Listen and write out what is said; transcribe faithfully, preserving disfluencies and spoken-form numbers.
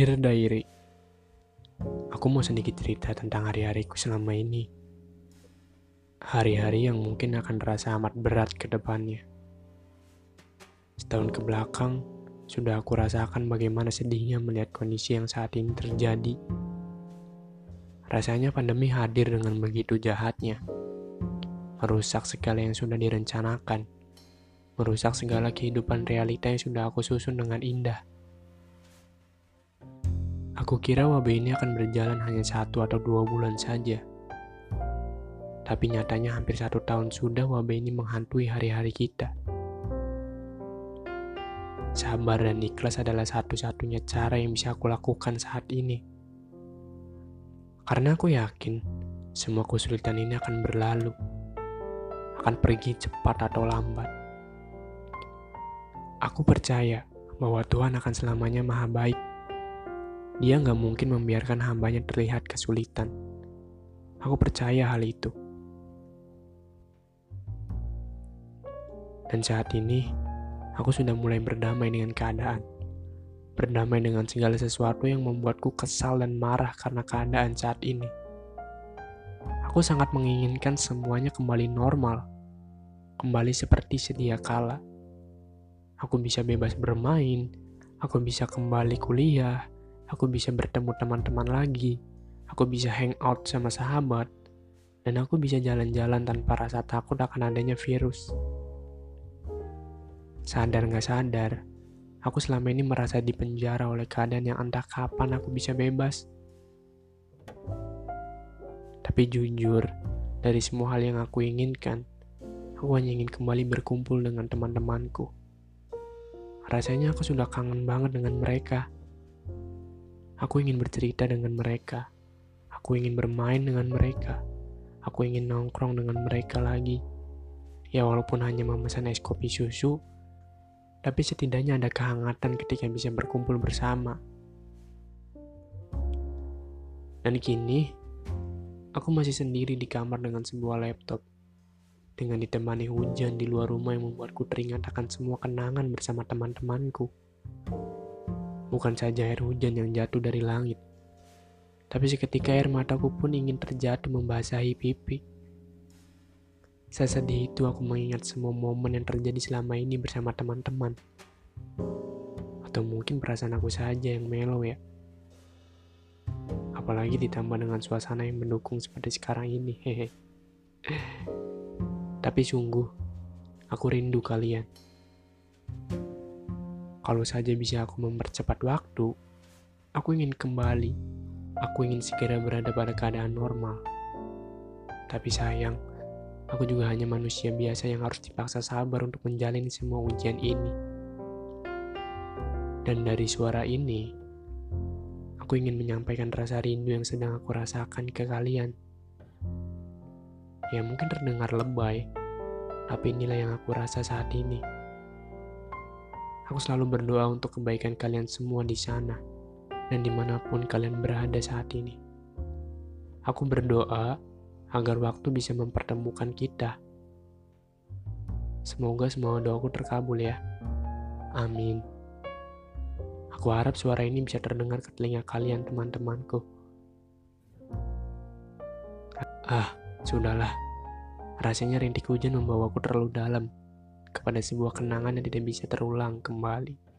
Dear Diary, aku mau sedikit cerita tentang hari-hariku selama ini. Hari-hari yang mungkin akan terasa amat berat ke depannya. Setahun ke belakang, sudah aku rasakan bagaimana sedihnya melihat kondisi yang saat ini terjadi. Rasanya pandemi hadir dengan begitu jahatnya. Merusak segala yang sudah direncanakan. Merusak segala kehidupan realita yang sudah aku susun dengan indah. Aku kira wabah ini akan berjalan hanya satu atau dua bulan saja. Tapi nyatanya hampir satu tahun sudah wabah ini menghantui hari-hari kita. Sabar dan ikhlas adalah satu-satunya cara yang bisa aku lakukan saat ini. Karena aku yakin semua kesulitan ini akan berlalu. Akan pergi cepat atau lambat. Aku percaya bahwa Tuhan akan selamanya maha baik. Dia nggak mungkin membiarkan hambanya terlihat kesulitan. Aku percaya hal itu. Dan saat ini, aku sudah mulai berdamai dengan keadaan. Berdamai dengan segala sesuatu yang membuatku kesal dan marah karena keadaan saat ini. Aku sangat menginginkan semuanya kembali normal. Kembali seperti sedia kala. Aku bisa bebas bermain. Aku bisa kembali kuliah. Aku bisa bertemu teman-teman lagi. Aku bisa hangout sama sahabat. Dan aku bisa jalan-jalan tanpa rasa takut akan adanya virus. Sadar gak sadar, aku selama ini merasa dipenjara oleh keadaan yang entah kapan aku bisa bebas. Tapi jujur, dari semua hal yang aku inginkan, aku hanya ingin kembali berkumpul dengan teman-temanku. Rasanya aku sudah kangen banget dengan mereka. Aku ingin bercerita dengan mereka. Aku ingin bermain dengan mereka. Aku ingin nongkrong dengan mereka lagi. Ya walaupun hanya memesan es kopi susu, tapi setidaknya ada kehangatan ketika bisa berkumpul bersama. Dan kini, aku masih sendiri di kamar dengan sebuah laptop. Dengan ditemani hujan di luar rumah yang membuatku teringat akan semua kenangan bersama teman-temanku. Bukan saja air hujan yang jatuh dari langit, tapi seketika air mataku pun ingin terjatuh membasahi pipi. Sesedih itu aku mengingat semua momen yang terjadi selama ini bersama teman-teman. Atau mungkin perasaan aku saja yang mellow ya. Apalagi ditambah dengan suasana yang mendukung seperti sekarang ini. Hehe. Tapi sungguh, aku rindu kalian. Kalau saja bisa aku mempercepat waktu, aku ingin kembali. Aku ingin segera berada pada keadaan normal. Tapi sayang, aku juga hanya manusia biasa yang harus dipaksa sabar untuk menjalani semua ujian ini. Dan dari suara ini, aku ingin menyampaikan rasa rindu yang sedang aku rasakan ke kalian. Ya mungkin terdengar lebay, tapi inilah yang aku rasa saat ini. Aku selalu berdoa untuk kebaikan kalian semua di sana, dan dimanapun kalian berada saat ini. Aku berdoa agar waktu bisa mempertemukan kita. Semoga semua doaku terkabul ya. Amin. Aku harap suara ini bisa terdengar ke telinga kalian, teman-temanku. Ah, sudahlah. Rasanya rintik hujan membawaku terlalu dalam kepada sebuah kenangan yang tidak bisa terulang kembali.